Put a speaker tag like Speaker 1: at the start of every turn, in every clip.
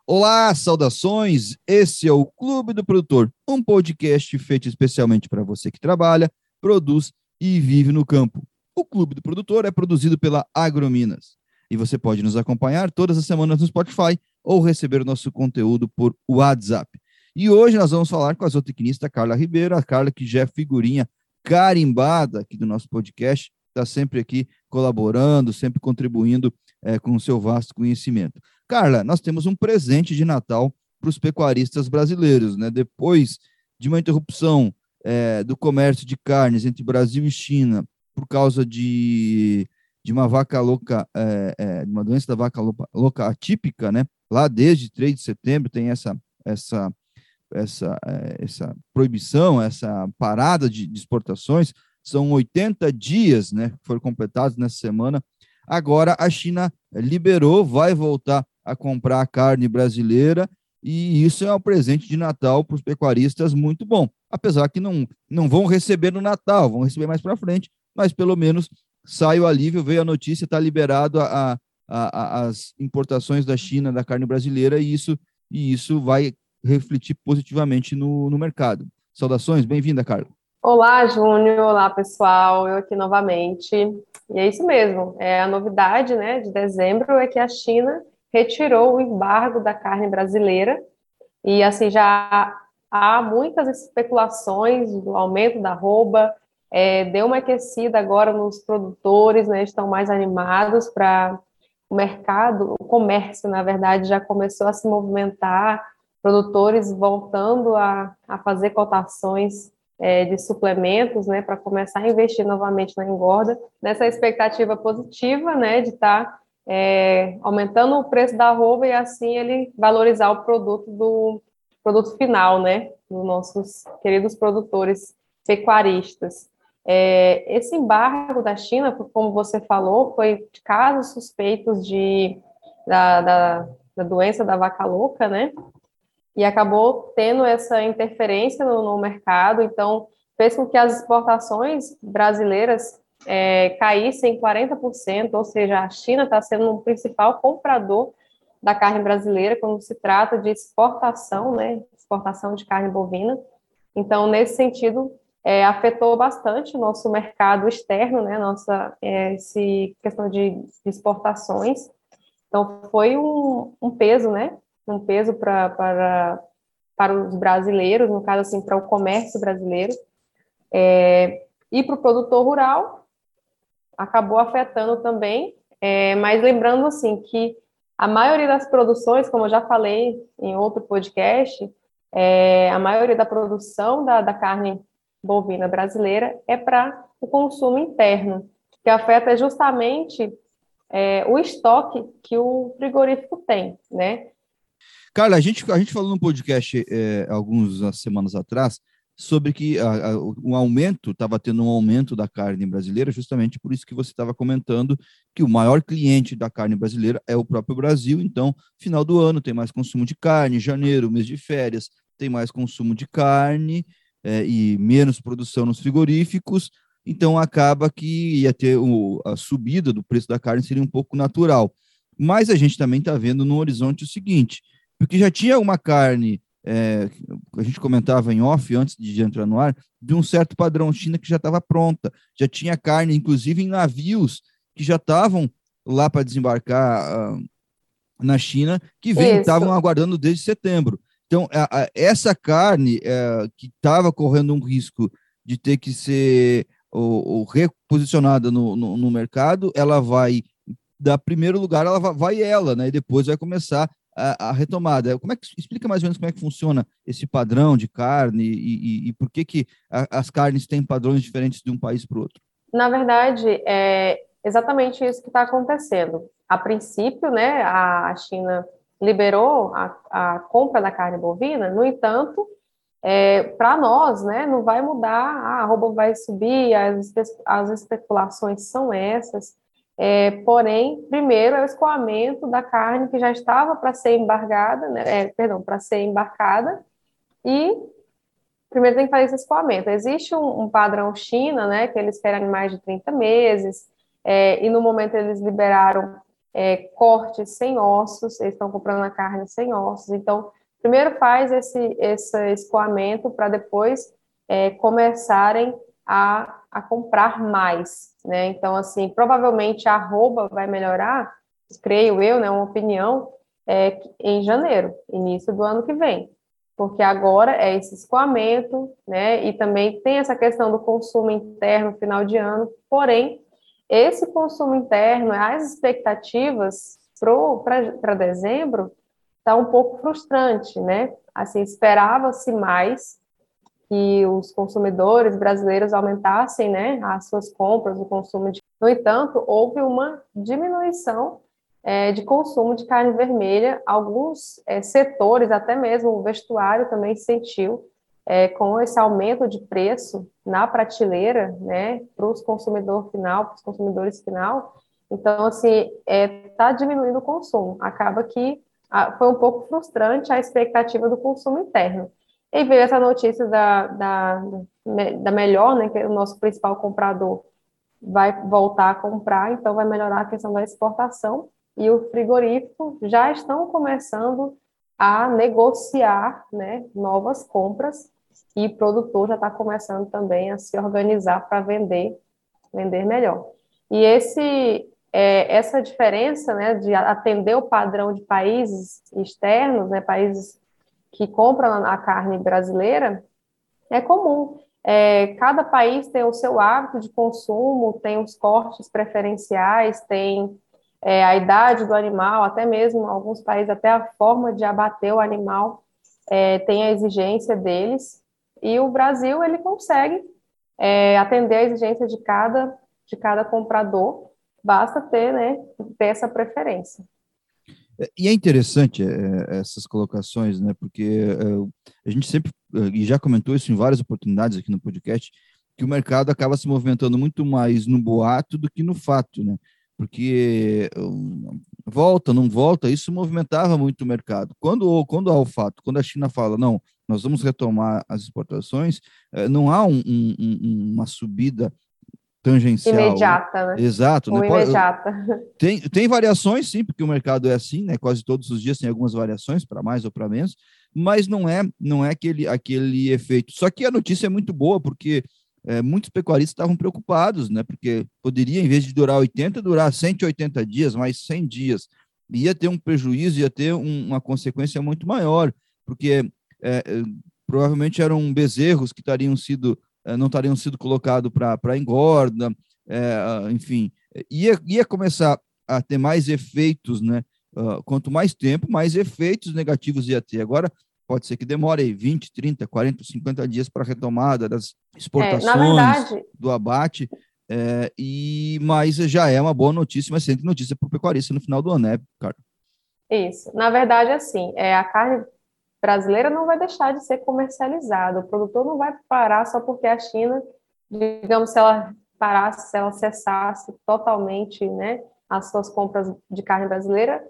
Speaker 1: Olá, saudações! Esse é o Clube do Produtor, um podcast feito especialmente para você que trabalha, produz e vive no campo. O Clube do Produtor é produzido pela Agrominas e você pode nos acompanhar todas as semanas no Spotify ou receber nosso conteúdo por WhatsApp. E hoje nós vamos falar com a zootecnista Carla Ribeiro, a Carla que já é figurinha carimbada aqui do nosso podcast, está sempre aqui colaborando, sempre contribuindo com o seu vasto conhecimento. Carla, nós temos um presente de Natal para os pecuaristas brasileiros, né? Depois de uma interrupção do comércio de carnes entre Brasil e China por causa de uma vaca louca, de uma doença da vaca louca atípica, né? Lá desde 3 de setembro tem essa proibição, essa parada de exportações. São 80 dias, né, que foram completados nessa semana. Agora a China liberou, vai voltar a comprar a carne brasileira, e isso é um presente de Natal para os pecuaristas muito bom. Apesar que não vão receber no Natal, vão receber mais para frente, mas pelo menos sai o alívio, veio a notícia, está liberado as importações da China da carne brasileira, e isso vai refletir positivamente no mercado. Saudações, bem-vinda, Carla.
Speaker 2: Olá, Júnior. Olá, pessoal. Eu aqui novamente. E é isso mesmo. A novidade, né, de dezembro é que a China retirou o embargo da carne brasileira. E assim já há muitas especulações do aumento da arroba. Deu uma aquecida agora nos produtores, né? Estão mais animados para o mercado. O comércio, na verdade, já começou a se movimentar. Produtores voltando a fazer cotações de suplementos, né, para começar a investir novamente na engorda, nessa expectativa positiva, né, de estar aumentando o preço da arroba e assim ele valorizar o produto final, né, dos nossos queridos produtores pecuaristas. Esse embargo da China, como você falou, foi de casos suspeitos da doença da vaca louca, né, e acabou tendo essa interferência no mercado, então fez com que as exportações brasileiras caíssem 40%, ou seja, a China está sendo o principal comprador da carne brasileira quando se trata de exportação, né, exportação de carne bovina. Então, nesse sentido, afetou bastante o nosso mercado externo, né, essa questão de exportações. Então, foi um peso, né, um peso para os brasileiros, no caso, assim, para o comércio brasileiro. E para o produtor rural, acabou afetando também, mas lembrando, assim, que a maioria das produções, como eu já falei em outro podcast, a maioria da produção da carne bovina brasileira é para o consumo interno, que afeta justamente o estoque que o frigorífico tem, né?
Speaker 1: Carla, a gente falou no podcast algumas semanas atrás sobre que estava tendo um aumento da carne brasileira, justamente por isso que você estava comentando que o maior cliente da carne brasileira é o próprio Brasil. Então, final do ano tem mais consumo de carne, janeiro, mês de férias, tem mais consumo de carne e menos produção nos frigoríficos. Então, acaba que ia ter a subida do preço da carne seria um pouco natural. Mas a gente também está vendo no horizonte o seguinte, porque já tinha uma carne, a gente comentava em off, antes de entrar no ar, de um certo padrão China que já estava pronta. Já tinha carne, inclusive, em navios que já estavam lá para desembarcar na China, que estavam
Speaker 2: Isso.
Speaker 1: aguardando desde setembro. Então, essa carne que estava correndo um risco de ter que ser reposicionada no mercado, ela vai, da primeiro lugar, ela vai ela, né? E depois vai começar a retomada. Explica mais ou menos como é que funciona esse padrão de carne e por que as carnes têm padrões diferentes de um país para o outro?
Speaker 2: Na verdade, é exatamente isso que está acontecendo. A princípio, né, a China liberou a compra da carne bovina, no entanto, para nós, né, não vai mudar, a arroba vai subir, as especulações são essas. Porém, primeiro é o escoamento da carne que já estava para ser embargada, né, para ser embarcada, e primeiro tem que fazer esse escoamento. Existe um padrão China, né, que eles querem mais de 30 meses, e no momento eles liberaram cortes sem ossos, eles estão comprando a carne sem ossos. Então, primeiro faz esse escoamento para depois começarem a comprar mais, né? Então, assim, provavelmente a arroba vai melhorar, creio eu, né, uma opinião, em janeiro, início do ano que vem, porque agora é esse escoamento, né, e também tem essa questão do consumo interno final de ano, porém, esse consumo interno, as expectativas para dezembro, está um pouco frustrante, né? Assim, esperava-se mais que os consumidores brasileiros aumentassem, né, as suas compras, o consumo de... No entanto, houve uma diminuição de consumo de carne vermelha. Alguns setores, até mesmo o vestuário também sentiu com esse aumento de preço na prateleira, né, para os consumidores final, para os consumidores final. Então, assim, está diminuindo o consumo. Acaba que foi um pouco frustrante a expectativa do consumo interno. E veio essa notícia da Melhor, né, que é o nosso principal comprador, vai voltar a comprar, então vai melhorar a questão da exportação, e o frigorífico já estão começando a negociar, né, novas compras, e o produtor já está começando também a se organizar para vender melhor. E essa diferença, né, de atender o padrão de países externos, né, países que compram a carne brasileira, é comum. Cada país tem o seu hábito de consumo, tem os cortes preferenciais, tem a idade do animal, até mesmo alguns países, até a forma de abater o animal, tem a exigência deles, e o Brasil, ele consegue atender a exigência de cada comprador, basta ter, né, ter essa preferência.
Speaker 1: E é interessante essas colocações, né? Porque a gente sempre, e já comentou isso em várias oportunidades aqui no podcast, que o mercado acaba se movimentando muito mais no boato do que no fato, né? Porque volta, não volta, isso movimentava muito o mercado. Quando há o fato, quando a China fala, não, nós vamos retomar as exportações, não há uma subida tangencial.
Speaker 2: Imediata, né?
Speaker 1: Exato, né?
Speaker 2: Ou imediata.
Speaker 1: Tem variações, sim, porque o mercado é assim, né? Quase todos os dias tem algumas variações, para mais ou para menos, mas não é aquele efeito. Só que a notícia é muito boa, porque muitos pecuaristas estavam preocupados, né? Porque poderia, em vez de durar 80, durar 180 dias, mais 100 dias. Ia ter um prejuízo, ia ter uma consequência muito maior, porque provavelmente eram bezerros que não estariam sido colocados para engorda, enfim, ia começar a ter mais efeitos, né? Quanto mais tempo, mais efeitos negativos ia ter. Agora, pode ser que demore aí 20, 30, 40, 50 dias para a retomada das
Speaker 2: Na
Speaker 1: exportações,
Speaker 2: verdade,
Speaker 1: do abate, mas já é uma boa notícia, mas sempre notícia para o pecuarista no final do ano, né, cara?
Speaker 2: isso. Na verdade, assim, a carne brasileira não vai deixar de ser comercializada. O produtor não vai parar só porque a China, digamos, se ela parasse, se ela cessasse totalmente, né, as suas compras de carne brasileira,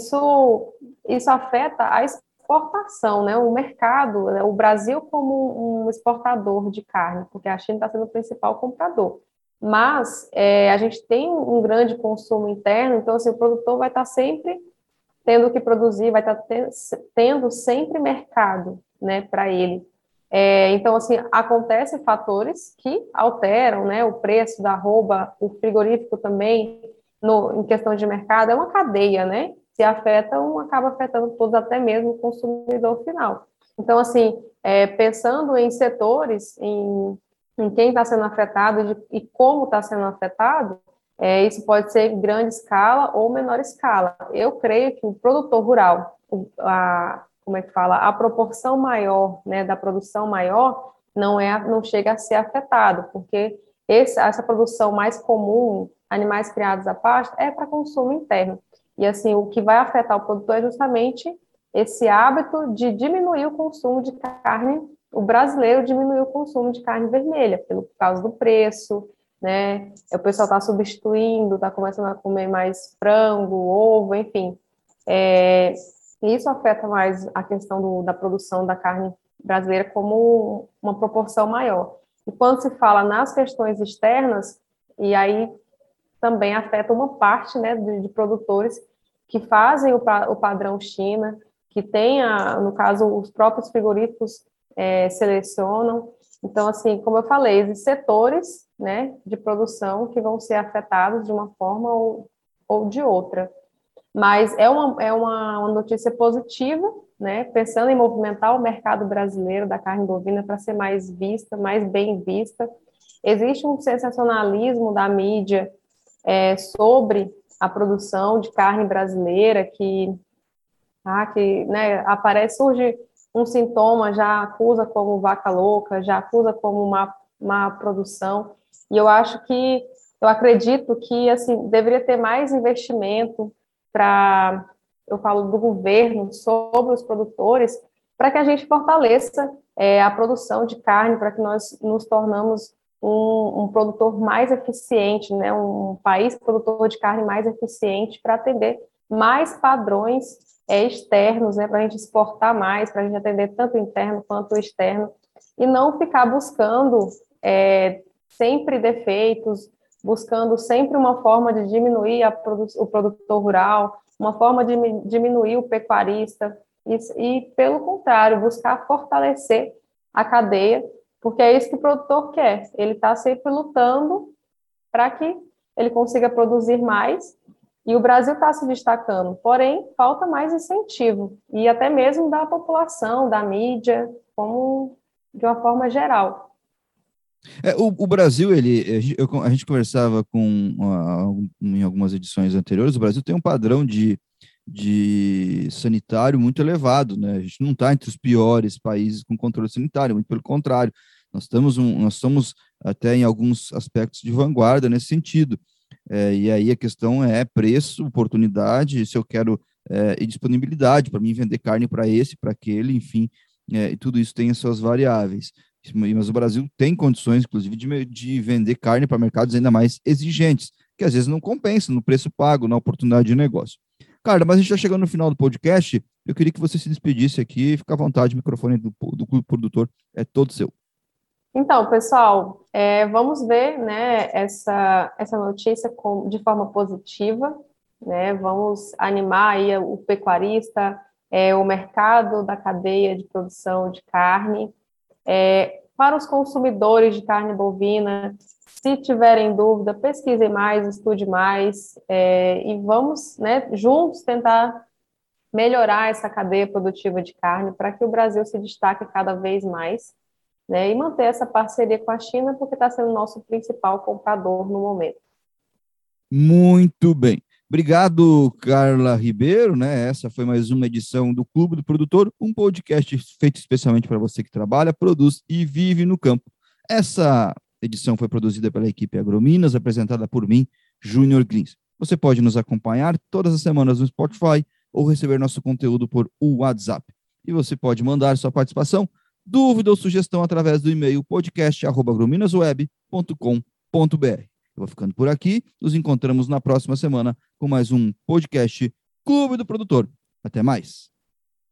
Speaker 2: isso afeta a exportação, né, o mercado, né, o Brasil como um exportador de carne, porque a China está sendo o principal comprador. Mas a gente tem um grande consumo interno, então assim, o produtor vai estar sempre tendo que produzir, vai estar tendo sempre mercado, né, para ele. Então, assim, acontecem fatores que alteram, né, o preço da arroba, o frigorífico também, em questão de mercado, é uma cadeia, né? Se afeta um, acaba afetando todos, até mesmo o consumidor final. Então, assim, pensando em setores, em quem está sendo afetado e como está sendo afetado, isso pode ser em grande escala ou menor escala. Eu creio que o produtor rural, como é que fala, a proporção maior, né, da produção maior, não chega a ser afetado, porque essa produção mais comum, animais criados à pasto, é para consumo interno. E assim, o que vai afetar o produtor é justamente esse hábito de diminuir o consumo de carne, o brasileiro diminuiu o consumo de carne vermelha, por causa do preço, né? O pessoal está substituindo, está começando a comer mais frango, ovo, enfim. Isso afeta mais a questão da produção da carne brasileira como uma proporção maior. E quando se fala nas questões externas, e aí também afeta uma parte, né, de produtores que fazem o padrão China, que tem, no caso, os próprios frigoríficos selecionam. Então, assim, como eu falei, existem setores, né, de produção que vão ser afetados de uma forma ou de outra. Mas é uma notícia positiva, né, pensando em movimentar o mercado brasileiro da carne bovina para ser mais vista, mais bem vista. Existe um sensacionalismo da mídia sobre a produção de carne brasileira que né, surge um sintoma, já acusa como vaca louca, já acusa como uma produção, e eu acredito que, assim, deveria ter mais investimento eu falo do governo, sobre os produtores, para que a gente fortaleça a produção de carne, para que nós nos tornamos um produtor mais eficiente, né, um país produtor de carne mais eficiente para atender mais padrões externos, né, para a gente exportar mais, para a gente atender tanto o interno quanto o externo, e não ficar buscando sempre defeitos, buscando sempre uma forma de diminuir o produtor rural, uma forma de diminuir o pecuarista, e pelo contrário, buscar fortalecer a cadeia, porque é isso que o produtor quer. Ele está sempre lutando para que ele consiga produzir mais, e o Brasil está se destacando, porém, falta mais incentivo, e até mesmo da população, da mídia, como de uma forma geral.
Speaker 1: O Brasil, a gente conversava em algumas edições anteriores, o Brasil tem um padrão de sanitário muito elevado, né? A gente não está entre os piores países com controle sanitário, muito pelo contrário, nós somos até em alguns aspectos de vanguarda nesse sentido. E aí a questão é preço, oportunidade, se eu quero e disponibilidade para mim vender carne para esse, para aquele, enfim, e tudo isso tem as suas variáveis. Mas o Brasil tem condições, inclusive, de vender carne para mercados ainda mais exigentes, que às vezes não compensa no preço pago, na oportunidade de negócio. Carla, mas a gente está chegando no final do podcast, eu queria que você se despedisse aqui, fica à vontade, o microfone do Clube Produtor é todo seu.
Speaker 2: Então, pessoal, vamos ver, né, essa notícia de forma positiva, né, vamos animar aí o pecuarista, o mercado da cadeia de produção de carne. Para os consumidores de carne bovina, se tiverem dúvida, pesquisem mais, estude mais, e vamos, né, juntos tentar melhorar essa cadeia produtiva de carne para que o Brasil se destaque cada vez mais, né, e manter essa parceria com a China, porque está sendo o nosso principal comprador no momento.
Speaker 1: Muito bem. Obrigado, Carla Ribeiro, né? Essa foi mais uma edição do Clube do Produtor, um podcast feito especialmente para você que trabalha, produz e vive no campo. Essa edição foi produzida pela equipe Agrominas, apresentada por mim, Júnior Grins. Você pode nos acompanhar todas as semanas no Spotify ou receber nosso conteúdo por WhatsApp. E você pode mandar sua participação, dúvida ou sugestão através do e-mail podcast@agrominasweb.com.br. Eu vou ficando por aqui, nos encontramos na próxima semana com mais um podcast Clube do Produtor. Até mais!